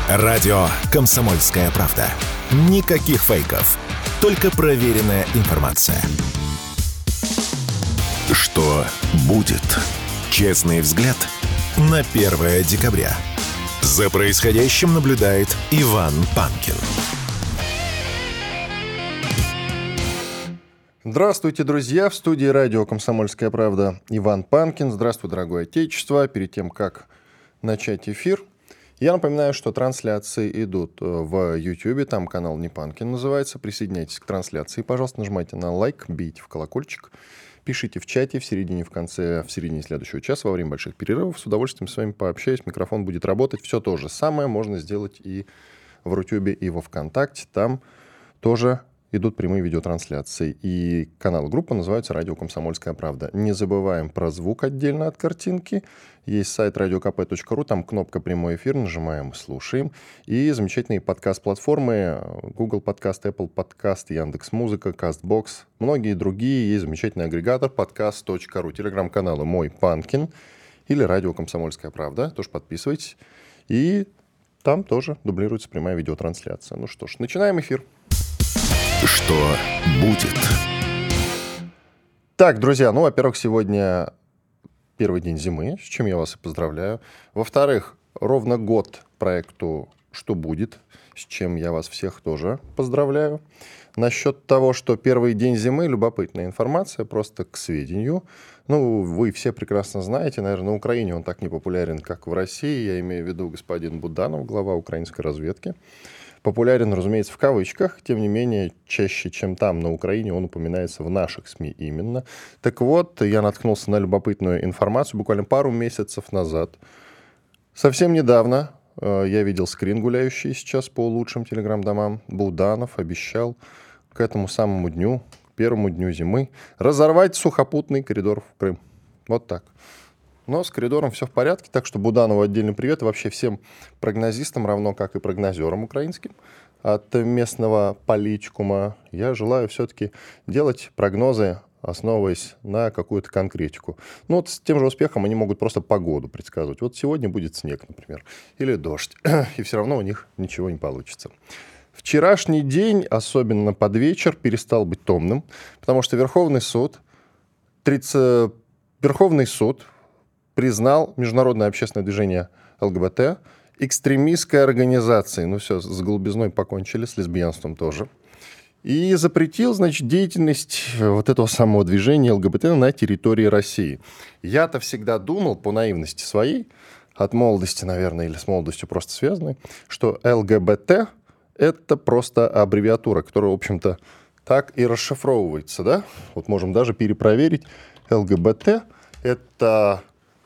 Радио «Комсомольская правда». Никаких фейков, только проверенная информация. Что будет? Честный взгляд на 1 декабря. За происходящим наблюдает Иван Панкин. Здравствуйте, друзья! В студии радио «Комсомольская правда» Иван Панкин. Здравствуй, дорогое отечество! Перед тем, как начать эфир, я напоминаю, что трансляции идут в YouTube, там канал «Не Панкин» называется. Присоединяйтесь к трансляции, пожалуйста, нажимайте на лайк, бейте в колокольчик, пишите в чате в середине, в конце, в середине следующего часа, во время больших перерывов. С удовольствием с вами пообщаюсь, микрофон будет работать. Все то же самое можно сделать и в Рутюбе, и во ВКонтакте. Там тоже идут прямые видеотрансляции. И канал и группа называются «Радио Комсомольская правда». Не забываем про звук отдельно от картинки. Есть сайт radiokp.ru, там кнопка «Прямой эфир», нажимаем и слушаем. И замечательные подкаст-платформы: Google Подкаст, Apple Подкаст, Яндекс.Музыка, Castbox, многие другие. Есть замечательный агрегатор podcast.ru, телеграм-каналы «Мой Панкин» или «Радио Комсомольская правда». Тоже подписывайтесь. И там тоже дублируется прямая видеотрансляция. Ну что ж, начинаем эфир. Что будет? Так, друзья, во-первых, сегодня первый день зимы, с чем я вас и поздравляю. Во-вторых, ровно год проекту «Что будет?», с чем я вас всех тоже поздравляю. Насчет того, что первый день зимы, любопытная информация, просто к сведению. Вы все прекрасно знаете, наверное, на Украине он так не популярен, как в России. Я имею в виду господин Буданов, глава украинской разведки. Популярен, разумеется, в кавычках, тем не менее, чаще, чем там, на Украине, он упоминается в наших СМИ именно. Так вот, я наткнулся на любопытную информацию буквально пару месяцев назад. Совсем недавно я видел скрин, гуляющий сейчас по лучшим телеграм-домам. Буданов обещал к этому самому дню, первому дню зимы, разорвать сухопутный коридор в Крым. Вот так. Но с коридором все в порядке, так что Буданову отдельный привет и вообще всем прогнозистам, равно как и прогнозерам украинским от местного политикума. Я желаю все-таки делать прогнозы, основываясь на какую-то конкретику. С тем же успехом они могут просто погоду предсказывать. Вот сегодня будет снег, например, или дождь, и все равно у них ничего не получится. Вчерашний день, особенно под вечер, перестал быть томным, потому что Верховный суд признал международное общественное движение ЛГБТ экстремистской организацией. Все, с голубизной покончили, с лесбиянством тоже. И запретил, деятельность вот этого самого движения ЛГБТ на территории России. Я-то всегда думал, по наивности своей, от молодости, наверное, или с молодостью просто связанной, что ЛГБТ — это просто аббревиатура, которая, в общем-то, так и расшифровывается, да? Вот можем даже перепроверить. ЛГБТ — это...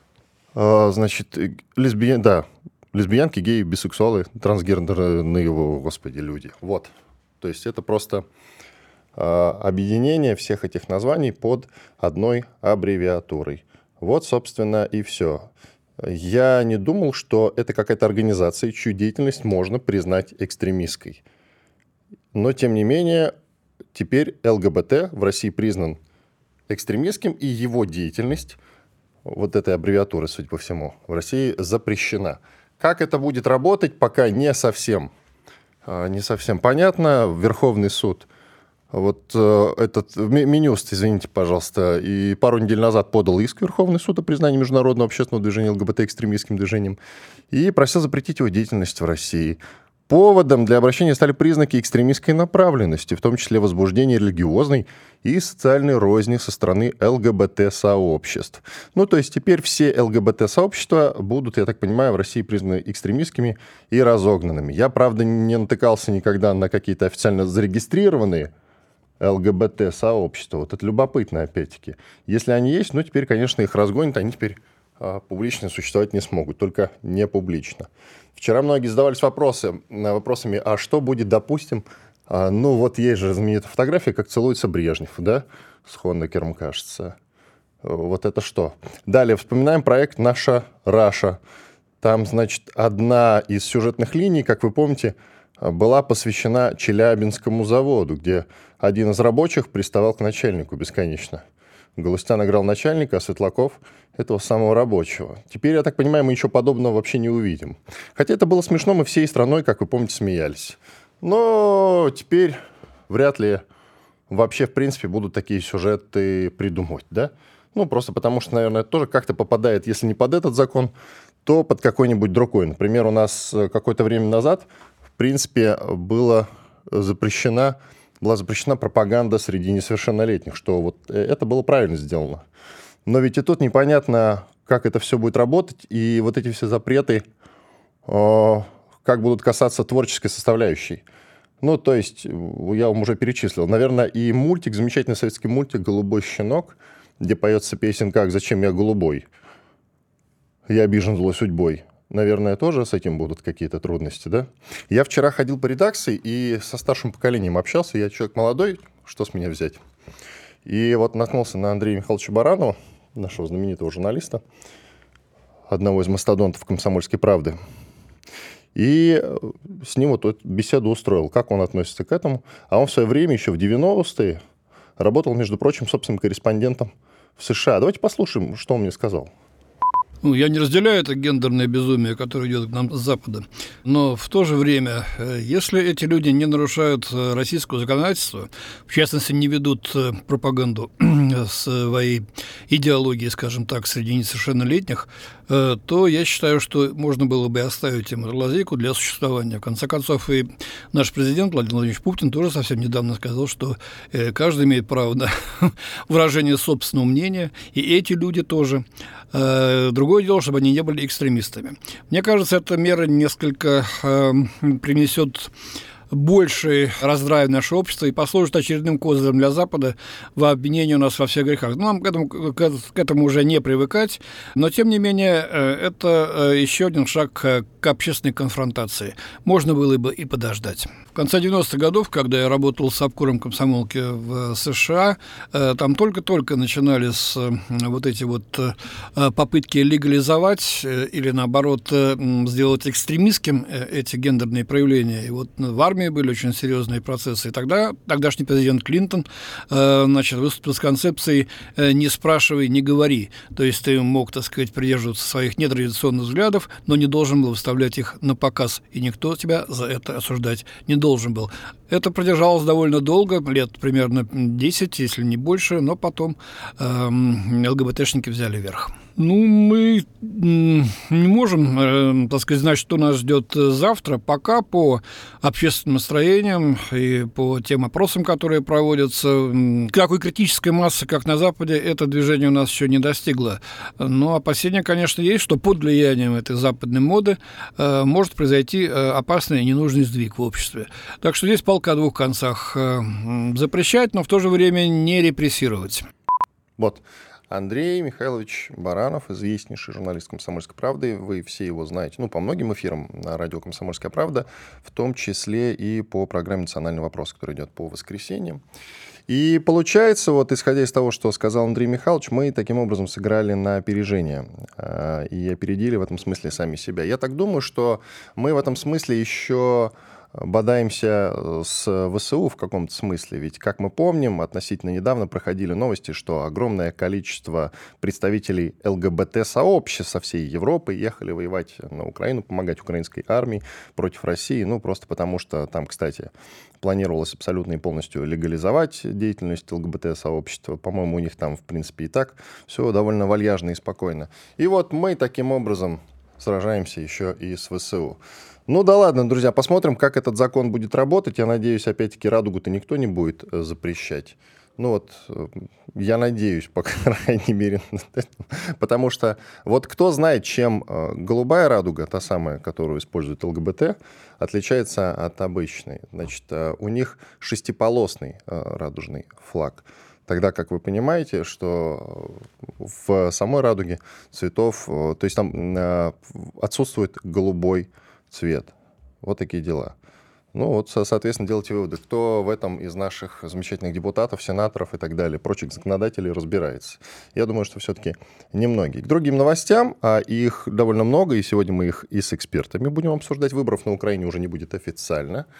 лесбиянки, геи, бисексуалы, трансгендерные, люди. Вот. То есть это просто объединение всех этих названий под одной аббревиатурой. Вот, собственно, и все. Я не думал, что это какая-то организация, чью деятельность можно признать экстремистской. Но, тем не менее, теперь ЛГБТ в России признан экстремистским, и его деятельность, вот этой аббревиатуры, судя по всему, в России запрещена. Как это будет работать, пока не совсем понятно. Верховный суд, этот Минюст, извините, пожалуйста, и пару недель назад подал иск в Верховный суд о признании международного общественного движения ЛГБТ экстремистским движением и просил запретить его деятельность в России. Поводом для обращения стали признаки экстремистской направленности, в том числе возбуждение религиозной и социальной розни со стороны ЛГБТ-сообществ. То есть теперь все ЛГБТ-сообщества будут, я так понимаю, в России признаны экстремистскими и разогнанными. Я, правда, не натыкался никогда на какие-то официально зарегистрированные ЛГБТ-сообщества. Вот это любопытно, опять-таки. Если они есть, теперь, конечно, их разгонят, они теперь публично существовать не смогут, только не публично. Вчера многие задавались вопросами, а что будет, допустим, есть же знаменитая фотография, как целуется Брежнев, да, с Хонекером, кажется. Вот это что? Далее вспоминаем проект «Наша Раша». Там, одна из сюжетных линий, как вы помните, была посвящена Челябинскому заводу, где один из рабочих приставал к начальнику бесконечно. Галустян играл начальника, а Светлаков этого самого рабочего. Теперь, я так понимаю, мы ничего подобного вообще не увидим. Хотя это было смешно, мы всей страной, как вы помните, смеялись. Но теперь вряд ли вообще, в принципе, будут такие сюжеты придумывать, да? Ну, просто потому что, наверное, это тоже как-то попадает, если не под этот закон, то под какой-нибудь другой. Например, у нас какое-то время назад, в принципе, была запрещена пропаганда среди несовершеннолетних, что вот это было правильно сделано. Но ведь и тут непонятно, как это все будет работать, и вот эти все запреты, как будут касаться творческой составляющей. Ну, то есть, я вам уже перечислил. Наверное, и мультик, замечательный советский мультик «Голубой щенок», где поется песенка «Зачем я голубой? Я обижен злой судьбой». Наверное, тоже с этим будут какие-то трудности, да? Я вчера ходил по редакции и со старшим поколением общался. Я человек молодой, что с меня взять? И вот наткнулся на Андрея Михайловича Баранова, нашего знаменитого журналиста, одного из мастодонтов «Комсомольской правды». И с ним вот эту беседу устроил, как он относится к этому. А он в свое время, еще в 90-е, работал, между прочим, собственным корреспондентом в США. Давайте послушаем, что он мне сказал. Ну, я не разделяю это гендерное безумие, которое идет к нам с Запада. Но в то же время, если эти люди не нарушают российского законодательства, в частности, не ведут пропаганду своей идеологии, скажем так, среди несовершеннолетних, то я считаю, что можно было бы оставить им лазейку для существования. В конце концов, и наш президент Владимир Владимирович Путин тоже совсем недавно сказал, что каждый имеет право на выражение собственного мнения, и эти люди тоже. Другое дело, чтобы они не были экстремистами. Мне кажется, эта мера несколько принесет больший раздрай в наше общество и послужит очередным козырем для Запада в обвинении у нас во всех грехах. Но нам к этому уже не привыкать, но, тем не менее, это еще один шаг к общественной конфронтации. Можно было бы и подождать. В конце 90-х годов, когда я работал с обкором комсомолки в США, там только-только начинались вот эти вот попытки легализовать или, наоборот, сделать экстремистским эти гендерные проявления. И вот в армии были очень серьезные процессы. И тогда тогдашний президент Клинтон выступил с концепцией «не спрашивай, не говори». То есть ты мог, так сказать, придерживаться своих нетрадиционных взглядов, но не должен был выставлять их на показ. И никто тебя за это осуждать не должен был. Это продержалось довольно долго, лет примерно 10, если не больше, но потом ЛГБТшники взяли верх. Ну, мы не можем, так сказать, знать, что нас ждет завтра. Пока по общественным настроениям и по тем опросам, которые проводятся, такой критической массы, как на Западе, это движение у нас еще не достигло. Но опасения, конечно, есть, что под влиянием этой западной моды может произойти опасный и ненужный сдвиг в обществе. Так что здесь палка о двух концах. Запрещать, но в то же время не репрессировать. Вот. Андрей Михайлович Баранов, известнейший журналист «Комсомольской правды». Вы все его знаете, по многим эфирам на радио «Комсомольская правда», в том числе и по программе «Национальный вопрос», который идет по воскресеньям. И получается, вот исходя из того, что сказал Андрей Михайлович, мы таким образом сыграли на опережение и опередили в этом смысле сами себя. Я так думаю, что мы в этом смысле еще бодаемся с ВСУ в каком-то смысле. Ведь, как мы помним, относительно недавно проходили новости, что огромное количество представителей ЛГБТ-сообществ со всей Европы ехали воевать на Украину, помогать украинской армии против России. Просто потому, что там, кстати, планировалось абсолютно и полностью легализовать деятельность ЛГБТ-сообщества. По-моему, у них там, в принципе, и так все довольно вальяжно и спокойно. И вот мы таким образом сражаемся еще и с ВСУ. Да ладно, друзья, посмотрим, как этот закон будет работать. Я надеюсь, опять-таки, радугу-то никто не будет запрещать. Я надеюсь, по крайней мере. Потому что вот кто знает, чем голубая радуга, та самая, которую использует ЛГБТ, отличается от обычной. Значит, у них шестиполосный радужный флаг. Тогда, как вы понимаете, что в самой радуге цветов, то есть там отсутствует голубой цвет. Вот такие дела. Соответственно, делайте выводы, кто в этом из наших замечательных депутатов, сенаторов и так далее, прочих законодателей разбирается. Я думаю, что все-таки немногие. К другим новостям, а их довольно много, и сегодня мы их и с экспертами будем обсуждать. Выборов на Украине уже не будет официально.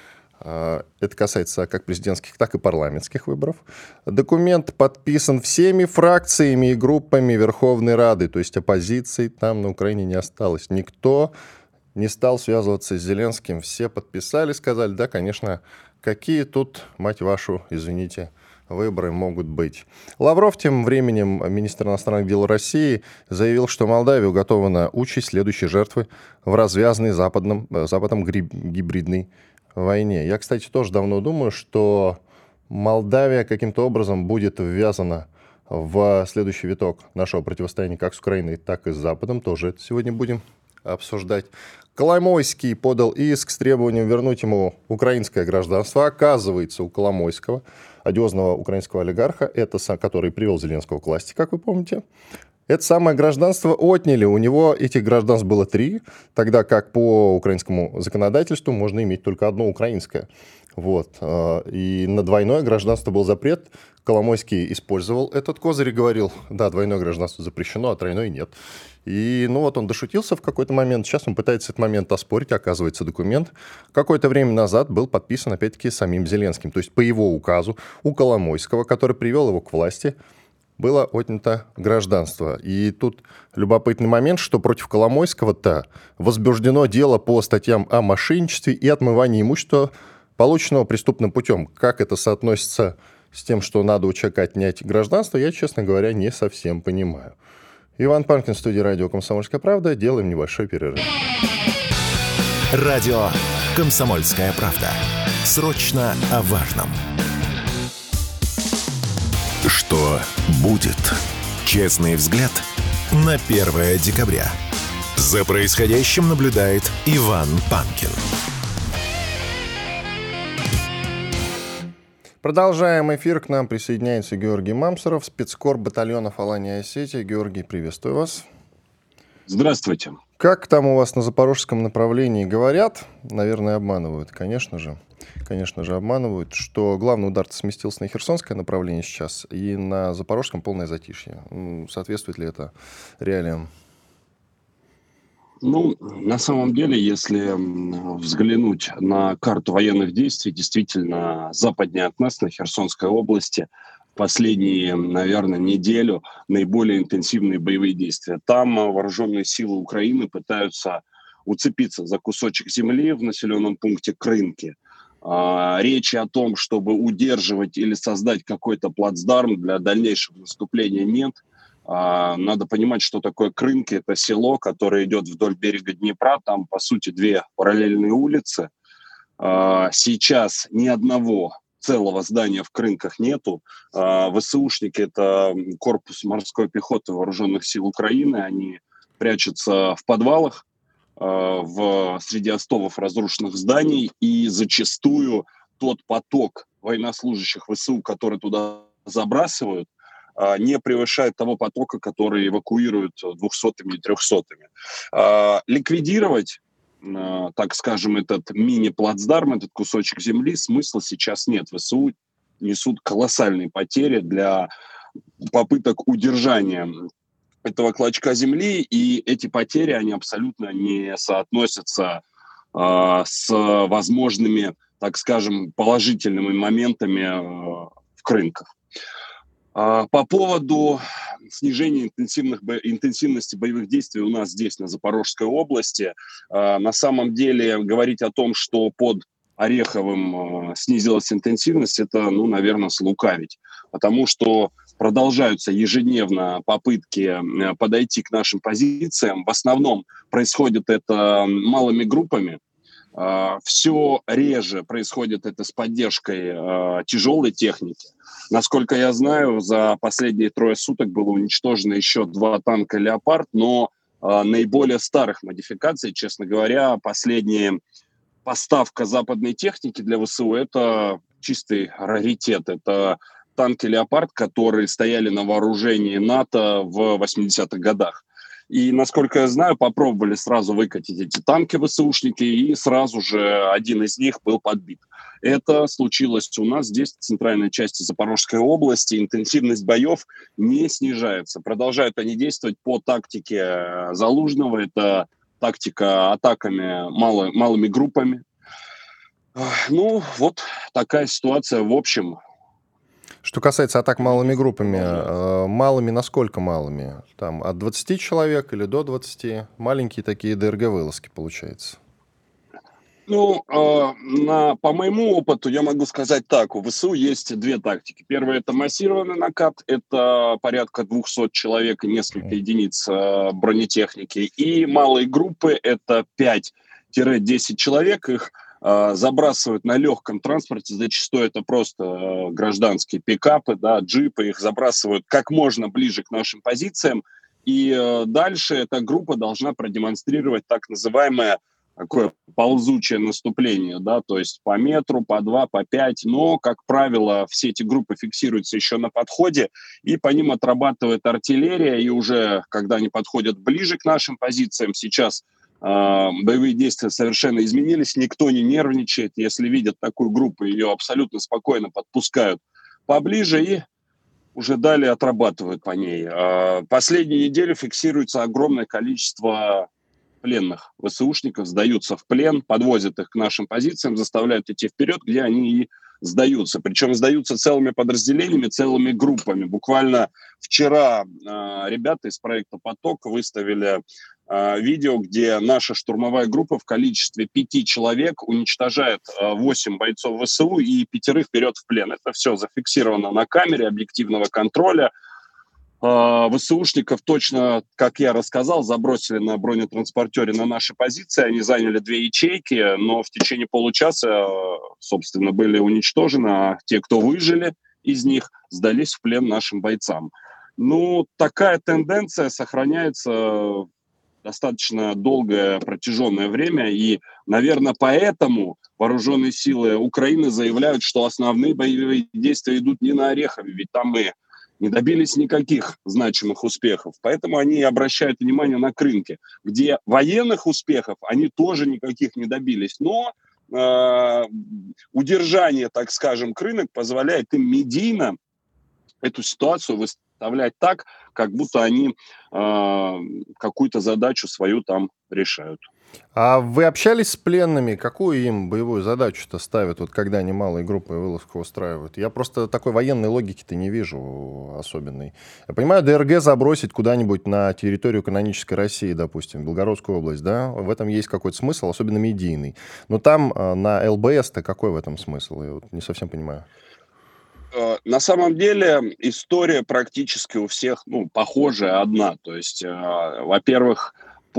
Это касается как президентских, так и парламентских выборов. Документ подписан всеми фракциями и группами Верховной Рады, то есть оппозиции там на Украине не осталось. Никто не стал связываться с Зеленским. Все подписали, сказали, да, конечно, какие тут, мать вашу, извините, выборы могут быть. Лавров тем временем, министр иностранных дел России, заявил, что Молдавия уготована участь следующей жертвы в развязанной Западом гибридной войне. Я, кстати, тоже давно думаю, что Молдавия каким-то образом будет ввязана в следующий виток нашего противостояния как с Украиной, так и с Западом. Тоже это сегодня будем обсуждать. Коломойский подал иск с требованием вернуть ему украинское гражданство. Оказывается, у Коломойского, одиозного украинского олигарха, который привел Зеленского к власти, как вы помните, это самое гражданство отняли. У него этих гражданств было 3, тогда как по украинскому законодательству можно иметь только одно украинское. Вот. И на двойное гражданство был запрет. Коломойский использовал этот козырь и говорил, да, двойное гражданство запрещено, а тройное нет. И он дошутился в какой-то момент. Сейчас он пытается этот момент оспорить. Оказывается, документ какое-то время назад был подписан, опять-таки, самим Зеленским. То есть по его указу у Коломойского, который привел его к власти, было отнято гражданство. И тут любопытный момент, что против Коломойского-то возбуждено дело по статьям о мошенничестве и отмывании имущества, полученного преступным путем. Как это соотносится с тем, что надо у человека отнять гражданство, я, честно говоря, не совсем понимаю. Иван Панкин, в студии радио «Комсомольская правда». Делаем небольшой перерыв. Радио «Комсомольская правда». Срочно о важном. Что будет? Честный взгляд на 1 декабря. За происходящим наблюдает Иван Панкин. Продолжаем эфир. К нам присоединяется Георгий Мамсуров, спецкор батальонов Алания и Осетия. Георгий, приветствую вас. Здравствуйте. Как там у вас на запорожском направлении говорят? Наверное, обманывают, конечно же. Конечно же, обманывают, что главный удар сместился на Херсонское направление сейчас, и на запорожском полное затишье. Соответствует ли это реалиям? На самом деле, если взглянуть на карту военных действий, действительно, западнее от нас, на Херсонской области, последние, наверное, неделю наиболее интенсивные боевые действия. Там вооруженные силы Украины пытаются уцепиться за кусочек земли в населенном пункте Крынки. Речи о том, чтобы удерживать или создать какой-то плацдарм для дальнейшего наступления, нет. Надо понимать, что такое Крынки. Это село, которое идет вдоль берега Днепра. Там, по сути, 2 параллельные улицы. Сейчас ни одного целого здания в Крынках нету. ВСУшники — это корпус морской пехоты вооруженных сил Украины. Они прячутся в подвалах, среди остовов разрушенных зданий. И зачастую тот поток военнослужащих ВСУ, который туда забрасывают, не превышает того потока, который эвакуируют 200-ми и 300-ми. Ликвидировать, так скажем, этот мини-плацдарм, этот кусочек земли, смысла сейчас нет. ВСУ несут колоссальные потери для попыток удержания этого клочка земли, и эти потери, они абсолютно не соотносятся с возможными, так скажем, положительными моментами в Крынках. По поводу снижения интенсивности боевых действий у нас здесь, на Запорожской области, на самом деле говорить о том, что под Ореховым снизилась интенсивность, это, наверное, слукавить. Потому что продолжаются ежедневно попытки подойти к нашим позициям. В основном происходит это малыми группами. Все реже происходит это с поддержкой тяжелой техники. Насколько я знаю, за последние 3 суток было уничтожено еще 2 танка «Леопард», но наиболее старых модификаций, честно говоря, последняя поставка западной техники для ВСУ – это чистый раритет. Это танки «Леопард», которые стояли на вооружении НАТО в 80-х годах. И, насколько я знаю, попробовали сразу выкатить эти танки ВСУшники, и сразу же один из них был подбит. Это случилось у нас здесь, в центральной части Запорожской области. Интенсивность боев не снижается. Продолжают они действовать по тактике Залужного. Это тактика атаками малыми группами. Ну, вот такая ситуация в общем. Что касается атак малыми группами, Продолжается. малыми насколько малыми? Там от 20 человек или до 20? Маленькие такие ДРГ-вылазки, получается. Ну, по моему опыту я могу сказать так. У ВСУ есть две тактики. Первая – это массированный накат. Это порядка 200 человек и несколько единиц бронетехники. И малые группы – это 5-10 человек. Их забрасывают на легком транспорте. Зачастую это просто гражданские пикапы, да, джипы. Их забрасывают как можно ближе к нашим позициям. И дальше эта группа должна продемонстрировать так называемое такое ползучее наступление, да, то есть по метру, по 2, по 5, но, как правило, все эти группы фиксируются еще на подходе, и по ним отрабатывает артиллерия, и уже, когда они подходят ближе к нашим позициям, сейчас боевые действия совершенно изменились, никто не нервничает, если видят такую группу, ее абсолютно спокойно подпускают поближе и уже далее отрабатывают по ней. Последнюю неделю фиксируется огромное количество пленных ВСУшников, сдаются в плен, подвозят их к нашим позициям, заставляют идти вперед, где они и сдаются. Причем сдаются целыми подразделениями, целыми группами. Буквально вчера ребята из проекта «Поток» выставили видео, где наша штурмовая группа в количестве 5 человек уничтожает 8 бойцов ВСУ и 5 берет в плен. Это все зафиксировано на камере объективного контроля. ВСУшников точно, как я рассказал, забросили на бронетранспортере на наши позиции. Они заняли 2 ячейки, но в течение получаса, собственно, были уничтожены, а те, кто выжили из них, сдались в плен нашим бойцам. Ну, такая тенденция сохраняется достаточно долгое протяженное время, и, наверное, поэтому вооруженные силы Украины заявляют, что основные боевые действия идут не на Орехове, ведь там мы не добились никаких значимых успехов. Поэтому они обращают внимание на Крынке, где военных успехов они тоже никаких не добились. Но удержание, так скажем, Крынок позволяет им медийно эту ситуацию выставлять так, как будто они какую-то задачу свою там решают. А вы общались с пленными? Какую им боевую задачу-то ставят, вот когда они малые группы вылазку устраивают? Я просто такой военной логики-то не вижу особенной. Я понимаю, ДРГ забросить куда-нибудь на территорию канонической России, допустим, Белгородскую область, да? В этом есть какой-то смысл, особенно медийный. Но там на ЛБС-то какой в этом смысл? Я вот не совсем понимаю. На самом деле история практически у всех, похожая одна. То есть, во-первых,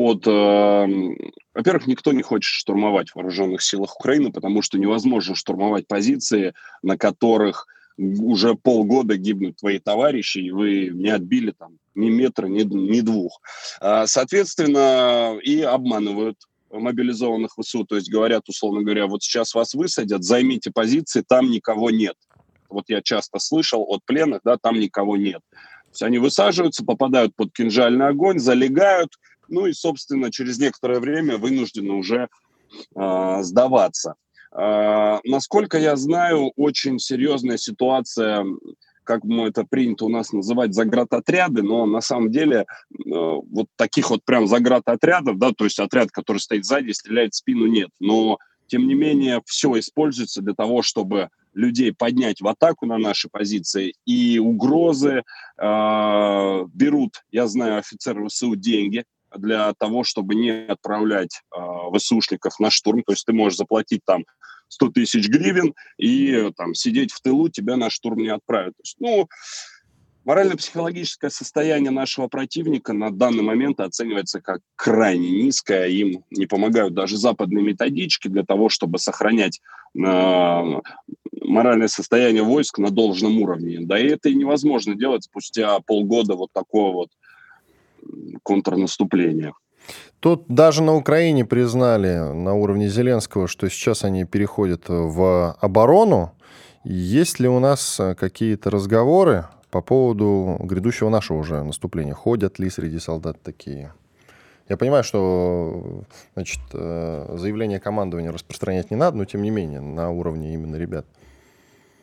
никто не хочет штурмовать в вооруженных силах Украины, потому что невозможно штурмовать позиции, на которых уже полгода гибнут твои товарищи, и вы не отбили там ни метра, ни двух. Соответственно, и обманывают мобилизованных ВСУ, то есть говорят, условно говоря, вот сейчас вас высадят, займите позиции, там никого нет. Вот я часто слышал от пленных, да, там никого нет. То есть они высаживаются, попадают под кинжальный огонь, залегают, ну и, собственно, через некоторое время вынуждены уже сдаваться. Насколько я знаю, очень серьезная ситуация, как это принято у нас называть, заградотряды, но на самом деле вот таких вот прям заградотрядов, да, то есть отряд, который стоит сзади, стреляет в спину, нет. Но, тем не менее, все используется для того, чтобы людей поднять в атаку на наши позиции, и угрозы берут, я знаю, офицеры ВСУ деньги для того, чтобы не отправлять ВСУшников на штурм. То есть ты можешь заплатить там 100 тысяч гривен и там сидеть в тылу, тебя на штурм не отправят. То есть, морально-психологическое состояние нашего противника на данный момент оценивается как крайне низкое. Им не помогают даже западные методички для того, чтобы сохранять моральное состояние войск на должном уровне. Да и это и невозможно делать спустя полгода вот такого вот контрнаступления. Тут даже на Украине признали на уровне Зеленского, что сейчас они переходят в оборону. Есть ли у нас какие-то разговоры по поводу грядущего нашего уже наступления? Ходят ли среди солдат такие? Я понимаю, что, заявление командования распространять не надо, но тем не менее на уровне именно ребят.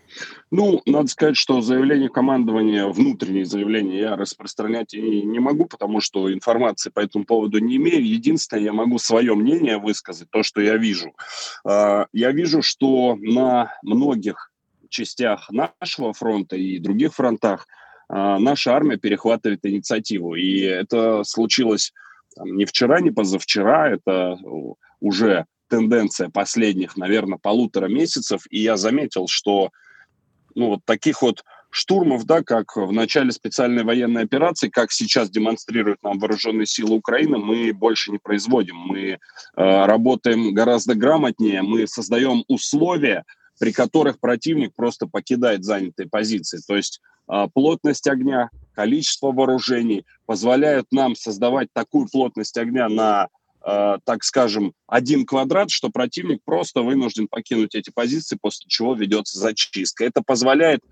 Ну, надо сказать, что заявление командования, внутренние заявления я распространять и не могу, потому что информации по этому поводу не имею. Единственное, я могу свое мнение высказать, то, что я вижу. Я вижу, что на многих частях нашего фронта и других фронтах наша армия перехватывает инициативу. И это случилось не вчера, не позавчера, это уже тенденция последних, наверное, 1,5 месяцев. И я заметил, что вот таких вот штурмов, да, как в начале специальной военной операции, как сейчас демонстрируют нам вооруженные силы Украины, мы больше не производим. Мы работаем гораздо грамотнее, мы создаем условия, при которых противник просто покидает занятые позиции. То есть плотность огня, количество вооружений позволяют нам создавать такую плотность огня на, так скажем, 1 квадрат, что противник просто вынужден покинуть эти позиции, после чего ведется зачистка. Это позволяет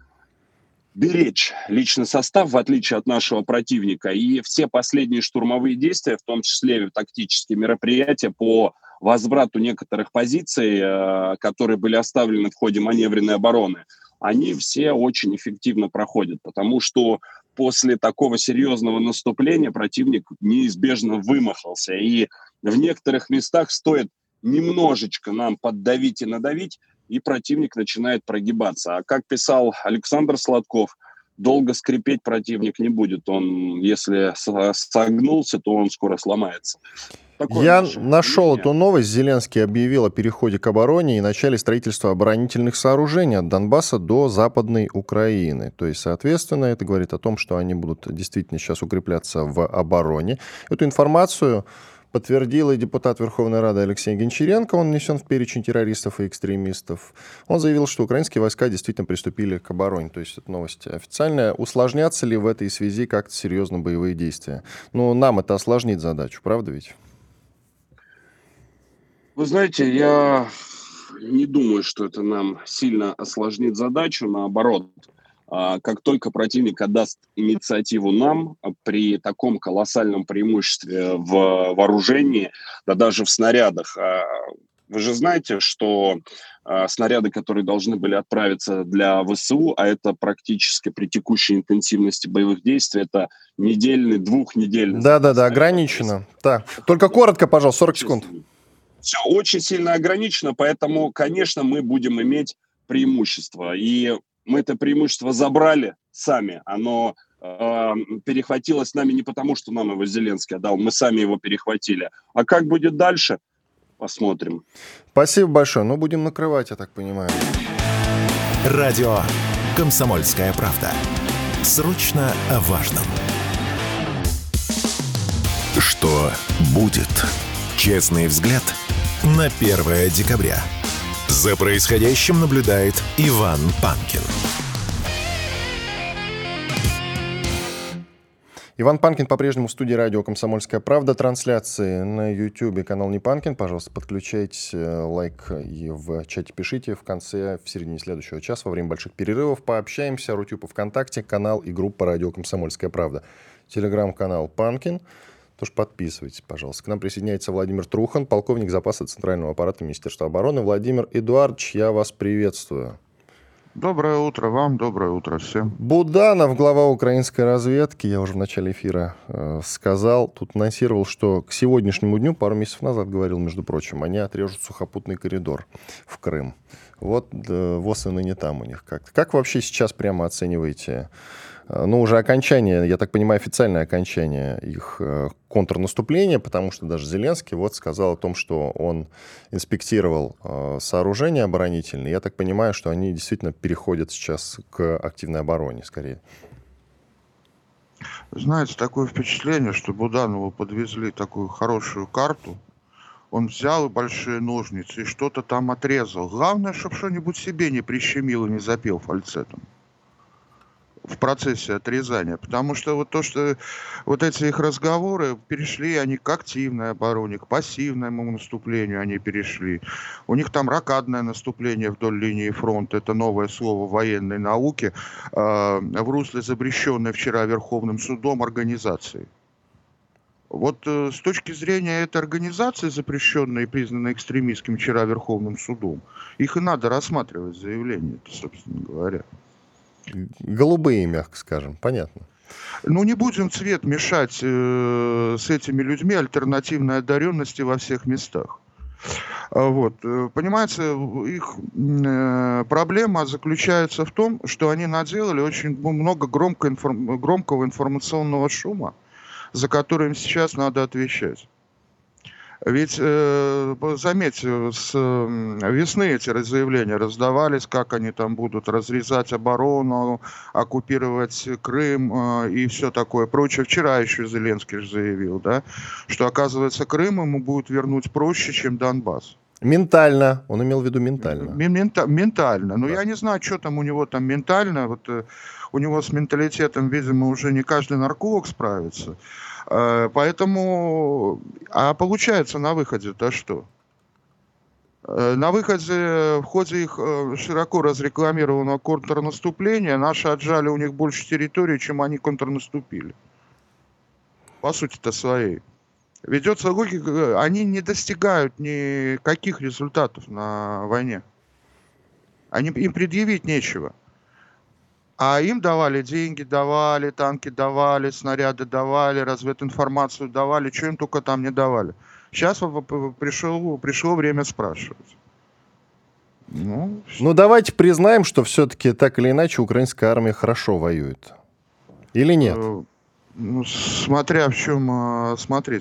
беречь личный состав, в отличие от нашего противника. И все последние штурмовые действия, в том числе тактические мероприятия по возврату некоторых позиций, которые были оставлены в ходе маневренной обороны, они все очень эффективно проходят, потому что после такого серьезного наступления противник неизбежно вымахался. И в некоторых местах стоит немножечко нам поддавить и надавить, и противник начинает прогибаться. А как писал Александр Сладков, долго скрипеть противник не будет. Он, если согнулся, то он скоро сломается. Я нашел эту новость. Зеленский объявил о переходе к обороне и начале строительства оборонительных сооружений от Донбасса до Западной Украины. То есть, соответственно, это говорит о том, что они будут действительно сейчас укрепляться в обороне. Эту информацию подтвердил и депутат Верховной Рады Алексей Гончаренко. Он внесен в перечень террористов и экстремистов. Он заявил, что украинские войска действительно приступили к обороне. То есть это новость официальная. Усложнятся ли в этой связи как-то серьезно боевые действия? Ну, нам это осложнит задачу, правда ведь? Вы знаете, я не думаю, что это нам сильно осложнит задачу. Наоборот, как только противник отдаст инициативу нам при таком колоссальном преимуществе в вооружении, да даже в снарядах. Вы же знаете, что снаряды, которые должны были отправиться для ВСУ, а это практически при текущей интенсивности боевых действий, это недельный, двухнедельный. Да, ограничено. Так, только коротко, пожалуйста, 40 секунд. Все очень сильно ограничено, поэтому, конечно, мы будем иметь преимущество. И мы это преимущество забрали сами. Оно перехватилось нами не потому, что нам его Зеленский отдал, мы сами его перехватили. А как будет дальше? Посмотрим. Спасибо большое. Ну, будем накрывать, я так понимаю. Радио «Комсомольская правда». Срочно о важном. Что будет? Честный взгляд на 1 декабря. За происходящим наблюдает Иван Панкин. Иван Панкин по-прежнему в студии радио «Комсомольская правда». Трансляции на YouTube, канал Не Панкин. Пожалуйста, подключайтесь, лайк и в чате пишите. В конце, в середине следующего часа, во время больших перерывов, пообщаемся. Рутюб ВКонтакте, канал и группа радио «Комсомольская правда». Телеграм-канал Панкин. Тоже подписывайтесь, пожалуйста. К нам присоединяется Владимир Трухан, полковник запаса Центрального аппарата Министерства обороны. Владимир Эдуардович, я вас приветствую. Доброе утро вам, доброе утро всем. Буданов, глава украинской разведки, я уже в начале эфира сказал, тут анонсировал, что к сегодняшнему дню, пару месяцев назад говорил, между прочим, они отрежут сухопутный коридор в Крым. Вот ВОС и ныне там у них как-то. Как вообще сейчас прямо оцениваете, уже окончание, я так понимаю, официальное окончание их контрнаступления, потому что даже Зеленский сказал о том, что он инспектировал сооружения оборонительные. Я так понимаю, что они действительно переходят сейчас к активной обороне скорее. Знаете, такое впечатление, что Буданову подвезли такую хорошую карту. Он взял большие ножницы и что-то там отрезал. Главное, чтобы что-нибудь себе не прищемил и не запел фальцетом в процессе отрезания. Потому что вот эти их разговоры перешли они к активной обороне, к пассивному наступлению они перешли. У них там рокадное наступление вдоль линии фронта, это новое слово в военной науке, в русле запрещенной вчера Верховным судом организации. Вот с точки зрения этой организации, запрещенной и признанной экстремистским вчера Верховным судом, их и надо рассматривать заявление, собственно говоря. Голубые, мягко скажем, понятно. Ну, не будем цвет мешать с этими людьми альтернативной одаренности во всех местах. Вот. Понимаете, их проблема заключается в том, что они наделали очень много громкого информационного шума, за который им сейчас надо отвечать. Ведь, заметьте, с весны эти заявления раздавались, как они там будут разрезать оборону, оккупировать Крым и все такое прочее. Вчера еще Зеленский же заявил, да, что, оказывается, Крым ему будет вернуть проще, чем Донбасс. Ментально. Он имел в виду ментально. Ментально. Но Да. я не знаю, что там у него там ментально. Вот у него с менталитетом, видимо, уже не каждый нарколог справится. Поэтому... А получается на выходе-то что? На выходе, в ходе их широко разрекламированного контрнаступления, наши отжали у них больше территории, чем они контрнаступили. По сути-то своей. Ведется логика, они не достигают никаких результатов на войне. Им предъявить нечего. А им давали деньги, давали танки, давали снаряды, давали развединформацию, давали, что им только там не давали. Сейчас пришло время спрашивать. Ну, давайте признаем, что все-таки так или иначе украинская армия хорошо воюет. Или нет? Ну, смотря в чем смотреть.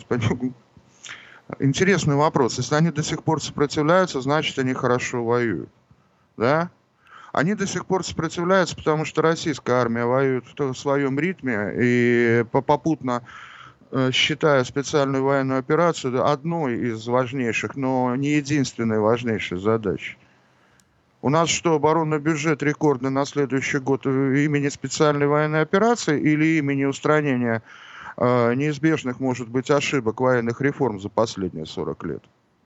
Интересный вопрос. Если они до сих пор сопротивляются, значит, они хорошо воюют. Да? Они до сих пор сопротивляются, потому что российская армия воюет в своем ритме и попутно, считая специальную военную операцию одной из важнейших, но не единственной важнейшей задачей. У нас что, оборонный бюджет рекордный на следующий год имени специальной военной операции или имени устранения неизбежных, может быть, ошибок военных реформ за последние 40 лет?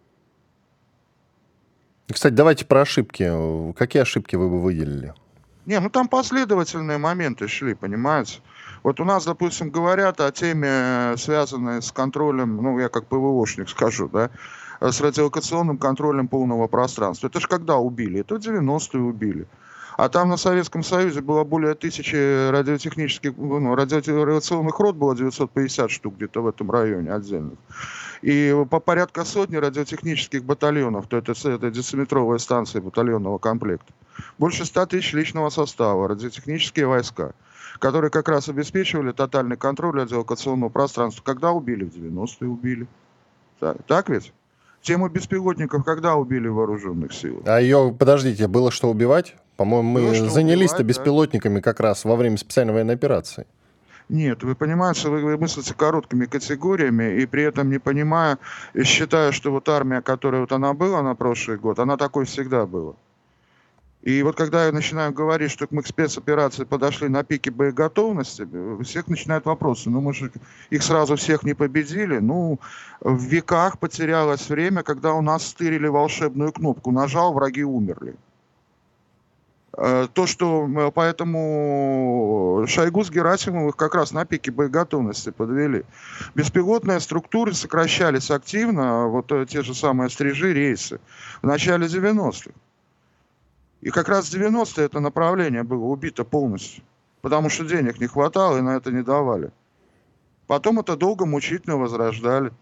Кстати, давайте про ошибки. Какие ошибки вы бы выделили? Не, ну там последовательные моменты шли, понимаете? Вот у нас, допустим, говорят о теме, связанной с контролем, ну, я как ПВОшник скажу, да, с радиолокационным контролем полного пространства. Это же когда убили? Это в 90-е убили. А там на Советском Союзе было более 1000 радиотехнических, радиолокационных рот, было 950 штук где-то в этом районе отдельных. И по порядка сотни радиотехнических батальонов, то это дециметровая станция батальонного комплекта. Больше 100 тысяч личного состава, радиотехнические войска, которые как раз обеспечивали тотальный контроль радиолокационного пространства. Когда убили? В 90-е убили. Так ведь? Тему беспилотников когда убили в вооруженных силах? А ее, подождите, было что убивать? По-моему, мы занялись-то беспилотниками как раз во время специальной военной операции. Нет, вы понимаете, вы мыслите короткими категориями, и при этом не понимая, и считая, что вот армия, которая вот она была на прошлый год, она такой всегда была. И вот когда я начинаю говорить, что мы к спецоперации подошли на пике боеготовности, у всех начинают вопросы. Ну, мы же их сразу всех не победили. Ну, в веках потерялось время, когда у нас стырили волшебную кнопку. Нажал, враги умерли. То, что поэтому Шойгу с Герасимовым их как раз на пике боеготовности подвели. Беспилотные структуры сокращались активно, вот те же самые стрижи, рейсы, в начале 90-х. И как раз в 90-е это направление было убито полностью, потому что денег не хватало и на это не давали. Потом это долго мучительно возрождали,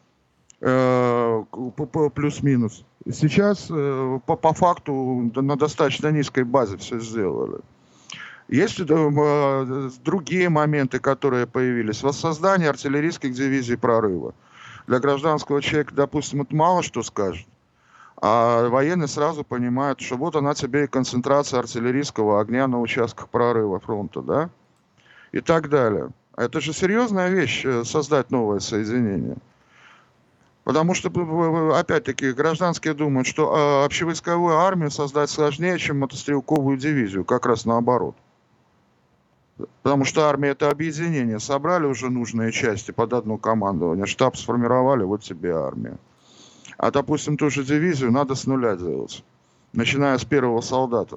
плюс-минус. Сейчас по факту на достаточно низкой базе все сделали. Есть другие моменты, которые появились. Воссоздание артиллерийских дивизий прорыва. Для гражданского человека, допустим, это мало что скажет. А военный сразу понимает, что вот она тебе и концентрация артиллерийского огня на участках прорыва фронта, да? И так далее. Это же серьезная вещь, создать новое соединение. Потому что, опять-таки, гражданские думают, что общевойсковую армию создать сложнее, чем мотострелковую дивизию, как раз наоборот. Потому что армия — это объединение. Собрали уже нужные части под одно командование, штаб сформировали, вот тебе армия. А, допустим, ту же дивизию надо с нуля делать, начиная с первого солдата.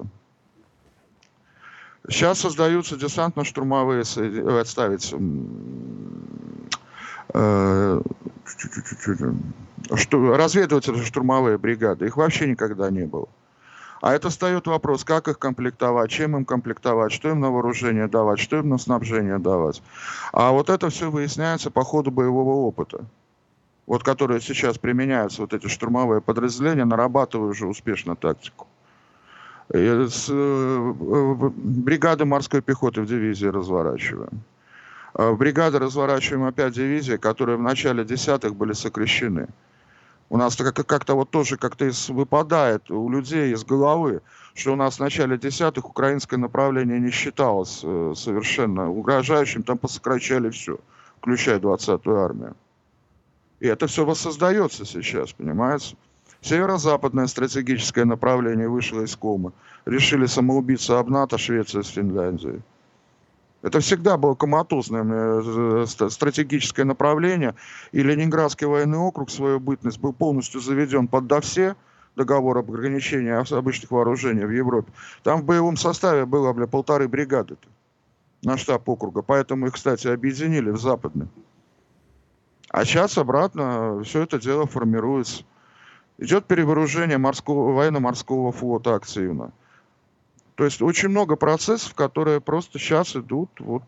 Сейчас создаются десантно-штурмовые разведывательно-штурмовые бригады. Их вообще никогда не было. А это встает вопрос, как их комплектовать, чем им комплектовать, что им на вооружение давать, что им на снабжение давать. А вот это все выясняется по ходу боевого опыта. Вот которые сейчас применяются, вот эти штурмовые подразделения, нарабатывая уже успешно тактику. Бригады морской пехоты в дивизии разворачиваем. Бригады разворачиваем опять дивизии, которые в начале десятых были сокращены. У нас как-то вот тоже как-то выпадает у людей из головы, что у нас в начале десятых украинское направление не считалось совершенно угрожающим, там посокращали все, включая 20-ю армию. И это все воссоздается сейчас, понимаете? Северо-западное стратегическое направление вышло из комы. Решили самоубиться об НАТО, Швеция с Финляндией. Это всегда было коматозное стратегическое направление. И Ленинградский военный округ, свою бытность, был полностью заведен под ДОВСЕ, договор об ограничении обычных вооружений в Европе. Там в боевом составе было 1,5 бригады на штаб округа. Поэтому их, кстати, объединили в западный. А сейчас обратно все это дело формируется. Идет перевооружение военно-морского флота активно. То есть очень много процессов, которые просто сейчас идут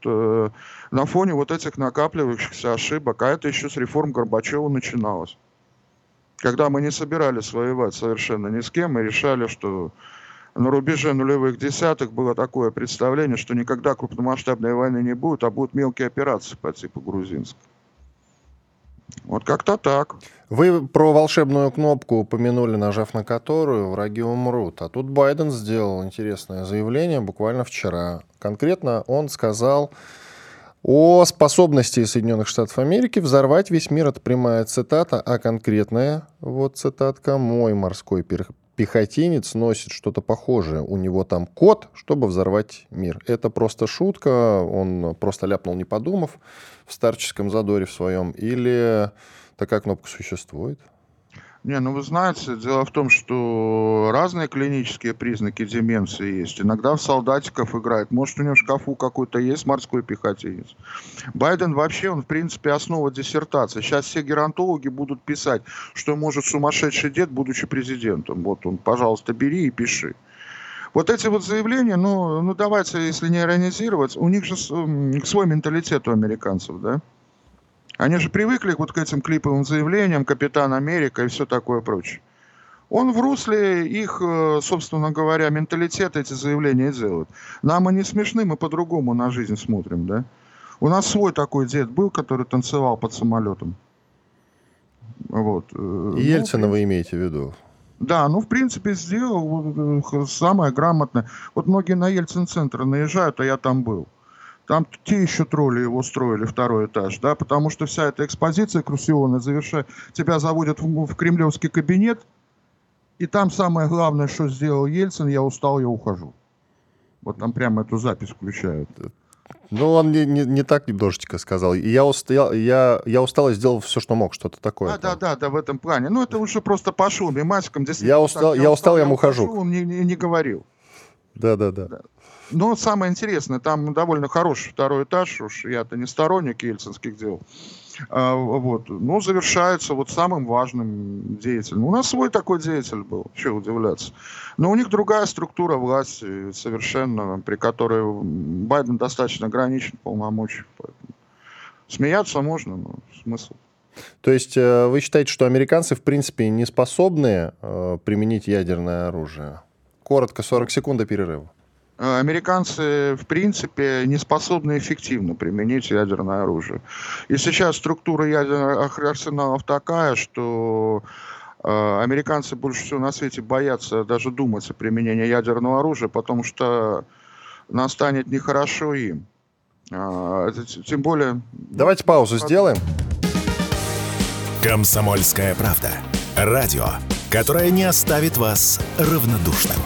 на фоне вот этих накапливающихся ошибок. А это еще с реформ Горбачева начиналось. Когда мы не собирались воевать совершенно ни с кем, мы решали, что на рубеже нулевых десятых было такое представление, что никогда крупномасштабной войны не будет, а будут мелкие операции по типу грузинской. Вот как-то так. Вы про волшебную кнопку упомянули, нажав на которую враги умрут. А тут Байден сделал интересное заявление буквально вчера. Конкретно он сказал о способности Соединенных Штатов Америки взорвать весь мир. Это прямая цитата, а конкретная вот цитатка: «Мой морской пехотинец носит что-то похожее. У него там код, чтобы взорвать мир». Это просто шутка, он просто ляпнул, не подумав, в старческом задоре в своем, или такая кнопка существует? Не, ну вы знаете, дело в том, что разные клинические признаки деменции есть. Иногда в солдатиков играет. Может, у него в шкафу какой-то есть морской пехотинец. Байден вообще, он в принципе основа диссертации. Сейчас все геронтологи будут писать, что может сумасшедший дед, будучи президентом. Вот он, пожалуйста, бери и пиши. Вот эти вот заявления, ну давайте, если не иронизировать, у них же свой менталитет у американцев, да? Они же привыкли вот к этим клиповым заявлениям, Капитан Америка и все такое прочее. Он в русле их, собственно говоря, менталитета эти заявления делает. Нам они смешны, мы по-другому на жизнь смотрим, да? У нас свой такой дед был, который танцевал под самолетом. Вот. Ельцина вы имеете в виду? Да, ну, в принципе, сделал самое грамотное. Вот многие на Ельцин-центр наезжают, а я там был. Там те еще тролли его строили, 2-й этаж, да, потому что вся эта экспозиция крусионная завершает. Тебя заводят в кремлевский кабинет, и там самое главное, что сделал Ельцин: я устал, я ухожу. Вот там прямо эту запись включают. Ну, он не так немножечко сказал. Я устал и сделал все, что мог, что-то такое. Да, в этом плане. Ну, это уже просто пошел мемасиком. Я устал, я ухожу. Он не говорил. Да. Но самое интересное, там довольно хороший 2-й этаж, уж я-то не сторонник ельцинских дел. Вот. Но завершается вот самым важным деятелем. У нас свой такой деятель был, чего удивляться. Но у них другая структура власти совершенно, при которой Байден достаточно ограничен полномочий. Поэтому смеяться можно, но смысл. То есть вы считаете, что американцы в принципе не способны применить ядерное оружие? Коротко, 40 секунд до перерыва. Американцы, в принципе, не способны эффективно применить ядерное оружие. И сейчас структура ядерных арсеналов такая, что американцы больше всего на свете боятся даже думать о применении ядерного оружия, потому что настанет нехорошо им. Тем более... Давайте паузу сделаем. «Комсомольская правда». Радио, которое не оставит вас равнодушным.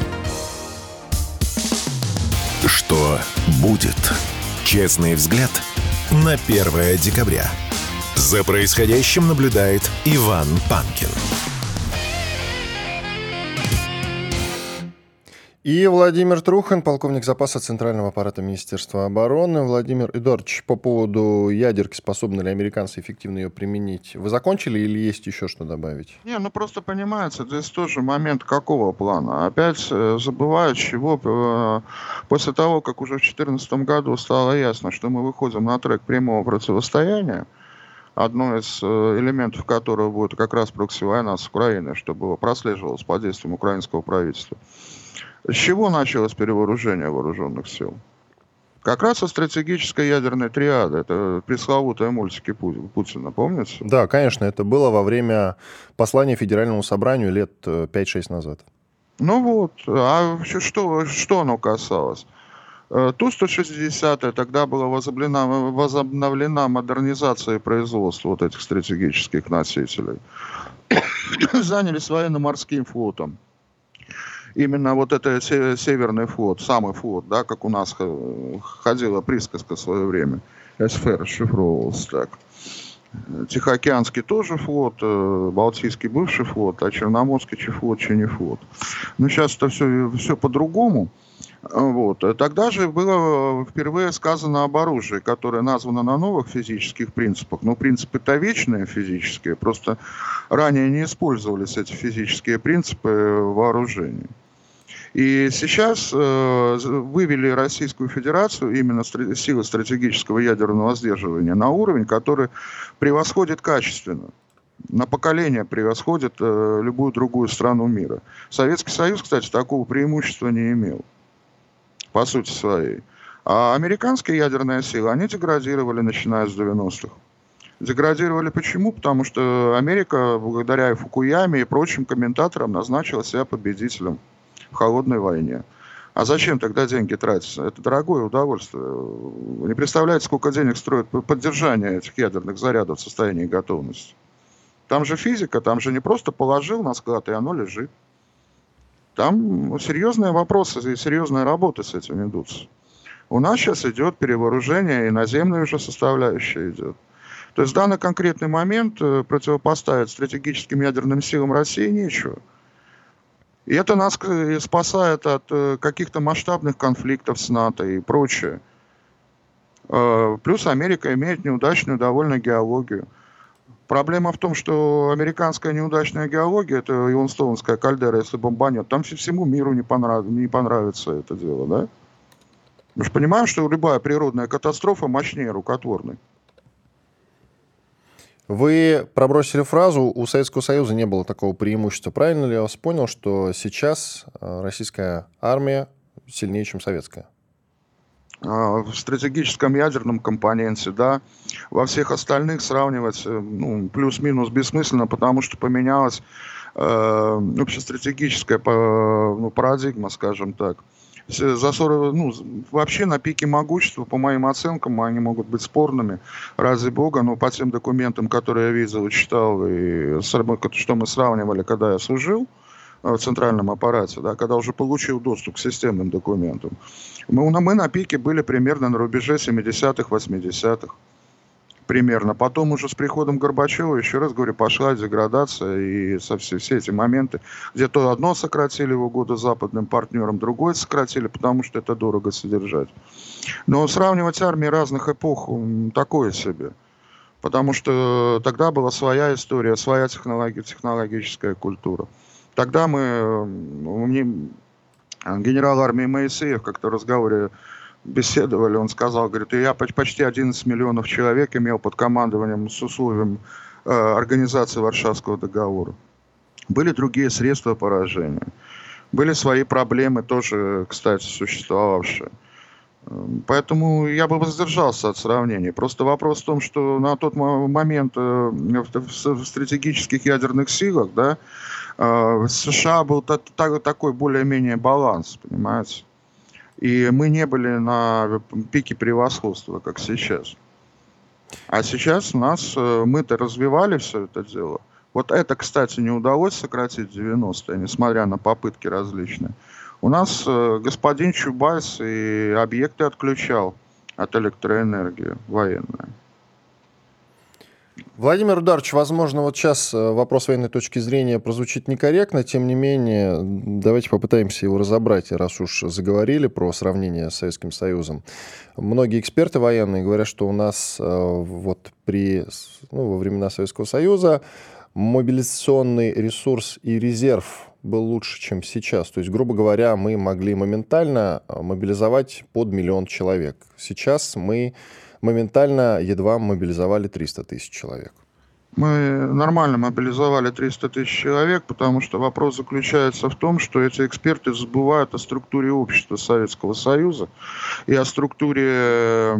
Что будет? Честный взгляд на 1 декабря. За происходящим наблюдает Иван Панкин. И Владимир Трухин, полковник запаса Центрального аппарата Министерства обороны. Владимир Эдуардович, по поводу ядерки, способны ли американцы эффективно ее применить, вы закончили или есть еще что добавить? Не, ну просто понимаете, здесь тоже момент какого плана. Опять забывают, чего после того, как уже в 2014 году стало ясно, что мы выходим на трек прямого противостояния, одно из элементов которого будет как раз прокси-война с Украиной, чтобы прослеживалось под действием украинского правительства. С чего началось перевооружение вооруженных сил? Как раз со стратегической ядерной триады. Это пресловутые мультики Путина, помните? Да, конечно, это было во время послания Федеральному собранию лет 5-6 назад. Ну вот, а что оно касалось? Ту-160 тогда была возобновлена модернизация производства вот этих стратегических носителей. Занялись военно-морским флотом. Именно вот это Северный флот, самый флот, да, как у нас ходила присказка в свое время. СФ расшифровывался так. Тихоокеанский тоже флот, Балтийский бывший флот, а Черноморский флот, не флот. Но сейчас это все по-другому. Вот. Тогда же было впервые сказано об оружии, которое названо на новых физических принципах. Но принципы-то вечные физические, просто ранее не использовались эти физические принципы в вооружении. И сейчас вывели Российскую Федерацию, именно силы стратегического ядерного сдерживания, на уровень, который превосходит качественно. На поколение превосходит любую другую страну мира. Советский Союз, кстати, такого преимущества не имел, по сути своей. А американские ядерные силы, они деградировали, начиная с 90-х. Деградировали почему? Потому что Америка, благодаря Фукуяме и прочим комментаторам, назначила себя победителем в холодной войне. А зачем тогда деньги тратиться? Это дорогое удовольствие. Вы не представляете, сколько денег стоит поддержание этих ядерных зарядов в состоянии готовности. Там же физика, там же не просто положил на склад, и оно лежит. Там серьезные вопросы и серьезные работы с этим идутся. У нас сейчас идет перевооружение, и наземная уже составляющая идет. То есть в данный конкретный момент противопоставить стратегическим ядерным силам России нечего. И это нас спасает от каких-то масштабных конфликтов с НАТО и прочее. Плюс Америка имеет неудачную довольно геологию. Проблема в том, что американская неудачная геология, это Йеллоустоунская кальдера, если бомбанет, там всему миру не понравится это дело, да? Мы же понимаем, что любая природная катастрофа мощнее рукотворной. Вы пробросили фразу, у Советского Союза не было такого преимущества. Правильно ли я вас понял, что сейчас российская армия сильнее, чем советская? В стратегическом ядерном компоненте, да. Во всех остальных сравнивать плюс-минус бессмысленно, потому что поменялась общестратегическая парадигма, скажем так. Вообще на пике могущества, по моим оценкам, они могут быть спорными, ради бога, но по тем документам, которые я видел и читал, и что мы сравнивали, когда я служил в центральном аппарате, да, когда уже получил доступ к системным документам, мы на пике были примерно на рубеже 70-х, 80-х. Примерно. Потом уже с приходом Горбачева, еще раз говорю, пошла деградация, и все эти моменты, где то одно сократили в угоду западным партнерам, другое сократили, потому что это дорого содержать. Но сравнивать армии разных эпох такое себе. Потому что тогда была своя история, своя технологическая культура. Тогда генерал армии Моисеев как-то в разговоре беседовали, он сказал, говорит, я почти 11 миллионов человек имел под командованием с условием организации Варшавского договора. Были другие средства поражения. Были свои проблемы тоже, кстати, существовавшие. Поэтому я бы воздержался от сравнений. Просто вопрос в том, что на тот момент в стратегических ядерных силах, да, в США был такой более-менее баланс, понимаете? И мы не были на пике превосходства, как сейчас. А сейчас мы-то развивали все это дело. Вот это, кстати, не удалось сократить в 90-е, несмотря на попытки различные. У нас господин Чубайс и объекты отключал от электроэнергии военные. Владимир Эдуардович, возможно, вот сейчас вопрос военной точки зрения прозвучит некорректно, тем не менее, давайте попытаемся его разобрать, раз уж заговорили про сравнение с Советским Союзом. Многие эксперты военные говорят, что у нас вот во времена Советского Союза мобилизационный ресурс и резерв был лучше, чем сейчас. То есть, грубо говоря, мы могли моментально мобилизовать под 1 миллион человек. Сейчас мы моментально едва мобилизовали 300 тысяч человек. Мы нормально мобилизовали 300 тысяч человек, потому что вопрос заключается в том, что эти эксперты забывают о структуре общества Советского Союза и о структуре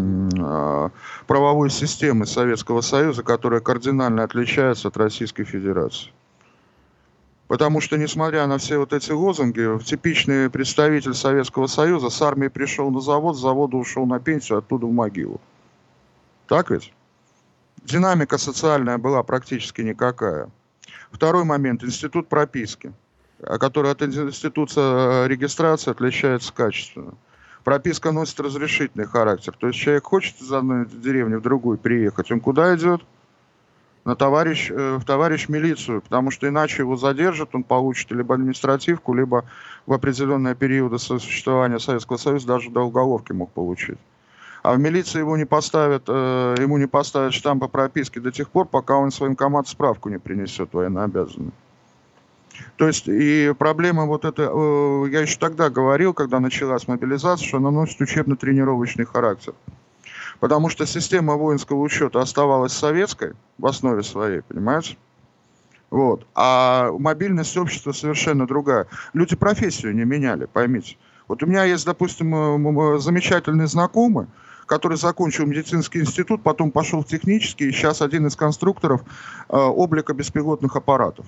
правовой системы Советского Союза, которая кардинально отличается от Российской Федерации. Потому что, несмотря на все вот эти лозунги, типичный представитель Советского Союза с армии пришел на завод, с завода ушел на пенсию, оттуда в могилу. Так ведь? Динамика социальная была практически никакая. Второй момент – институт прописки, который от института регистрации отличается качественно. Прописка носит разрешительный характер. То есть человек хочет из одной деревни в другую приехать, он куда идет? В товарищ милицию, потому что иначе его задержат, он получит либо административку, либо в определенные периоды существования Советского Союза даже до уголовки мог получить. А в милиции ему не поставят штамп по прописке до тех пор, пока он в военкомат справку не принесет военнообязанный. То есть и проблема вот эта, я еще тогда говорил, когда началась мобилизация, что она носит учебно-тренировочный характер. Потому что система воинского учета оставалась советской в основе своей, понимаете? Вот. А мобильность общества совершенно другая. Люди профессию не меняли, поймите. Вот у меня есть, допустим, замечательный знакомый, который закончил медицинский институт, потом пошел в технический, и сейчас один из конструкторов облика беспилотных аппаратов.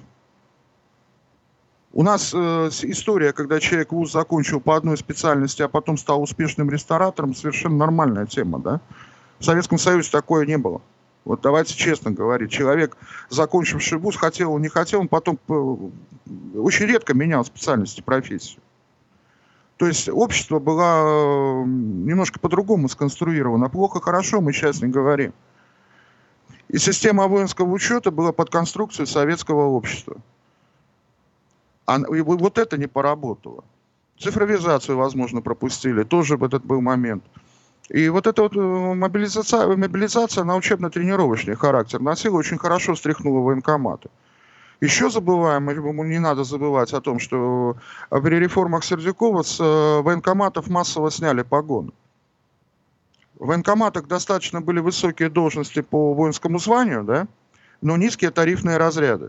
У нас история, когда человек вуз закончил по одной специальности, а потом стал успешным ресторатором, совершенно нормальная тема, да? В Советском Союзе такое не было. Вот давайте честно говорить. Человек, закончивший вуз, хотел он, не хотел, он потом очень редко менял специальность и профессию. То есть общество было немножко по-другому сконструировано. Плохо, хорошо, мы сейчас не говорим. И система воинского учета была под конструкцией советского общества. И вот это не поработало. Цифровизацию, возможно, пропустили. Тоже этот был момент. И вот эта вот мобилизация на учебно-тренировочный характер носила, очень хорошо стряхнула военкоматы. Еще забываем, не надо забывать о том, что при реформах Сердюкова с военкоматов массово сняли погоны. В военкоматах достаточно были высокие должности по воинскому званию, да, но низкие тарифные разряды.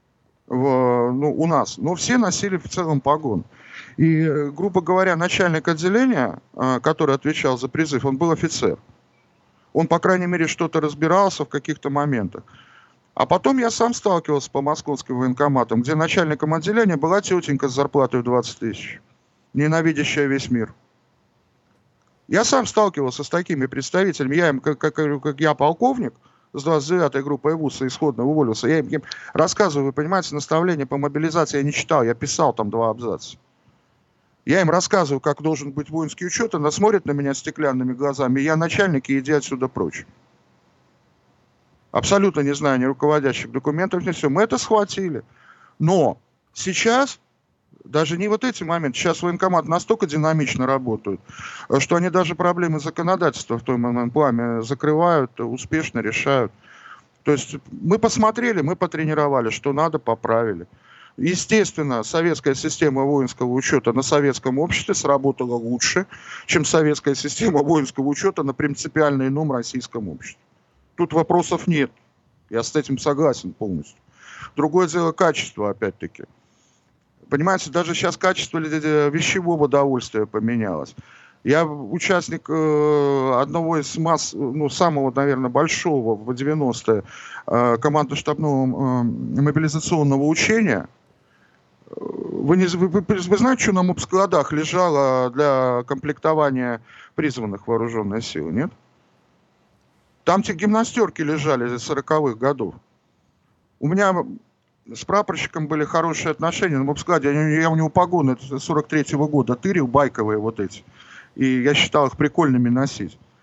У нас. Но все носили в целом погон. И, грубо говоря, начальник отделения, который отвечал за призыв, он был офицер. Он, по крайней мере, что-то разбирался в каких-то моментах. А потом я сам сталкивался по московским военкоматам, где начальником отделения была тетенька с зарплатой в 20 тысяч, ненавидящая весь мир. Я сам сталкивался с такими представителями. Я им, как я полковник, с 29-й группой ВУЗа исходно уволился. Я им рассказываю, вы понимаете, наставления по мобилизации я не читал, я писал там 2 абзаца. Я им рассказываю, как должен быть воинский учет, она смотрит на меня стеклянными глазами, я начальник, и иди отсюда прочь. Абсолютно не знаю ни руководящих документов, ни все. Мы это схватили. Но сейчас, даже не вот эти моменты, сейчас военкоматы настолько динамично работают, что они даже проблемы законодательства в том плане закрывают, успешно решают. То есть мы посмотрели, мы потренировали, что надо, поправили. Естественно, советская система воинского учета на советском обществе сработала лучше, чем советская система воинского учета на принципиально ином российском обществе. Тут вопросов нет. Я с этим согласен полностью. Другое дело качество, опять-таки. Понимаете, даже сейчас качество вещевого довольствия поменялось. Я участник одного из самого, наверное, большого в 90-е командно-штабного мобилизационного учения. Вы знаете, что на мобскладах лежало для комплектования призванных вооруженных сил, нет? Там те гимнастерки лежали из 40-х годов. У меня с прапорщиком были хорошие отношения на мобскладе. Я у него погоны 43-го года тырил, байковые вот эти. И я считал их прикольными носить.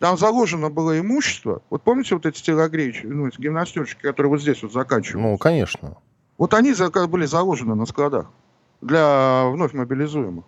Там заложено было имущество. Вот помните вот эти телогрейки, эти гимнастерчики, которые вот здесь вот заканчиваются? Ну, конечно. Вот они были заложены на складах для вновь мобилизуемых.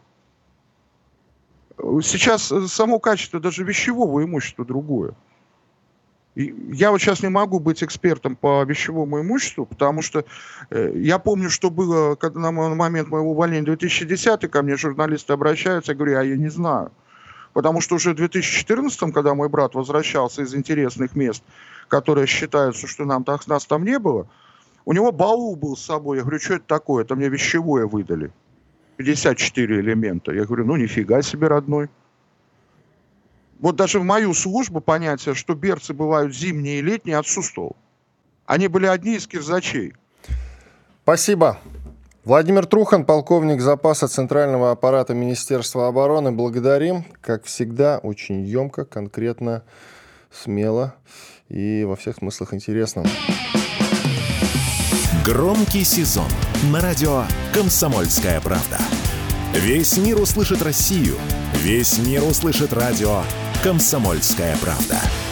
Сейчас само качество даже вещевого имущества другое. И я вот сейчас не могу быть экспертом по вещевому имуществу, потому что я помню, что было когда на момент моего увольнения 2010 ко мне журналисты обращаются, я говорю, а я не знаю. Потому что уже в 2014, когда мой брат возвращался из интересных мест, которые считаются, что нас там не было, у него баул был с собой. Я говорю, что это такое? Это мне вещевое выдали. 54 элемента. Я говорю, ну нифига себе, родной. Вот даже в мою службу понятие, что берцы бывают зимние и летние, отсутствовало. Они были одни из кирзачей. Спасибо. Владимир Трухан, полковник запаса Центрального аппарата Министерства обороны. Благодарим. Как всегда, очень емко, конкретно, смело и во всех смыслах интересно. Громкий сезон на радио «Комсомольская правда». Весь мир услышит Россию. Весь мир услышит радио «Комсомольская правда».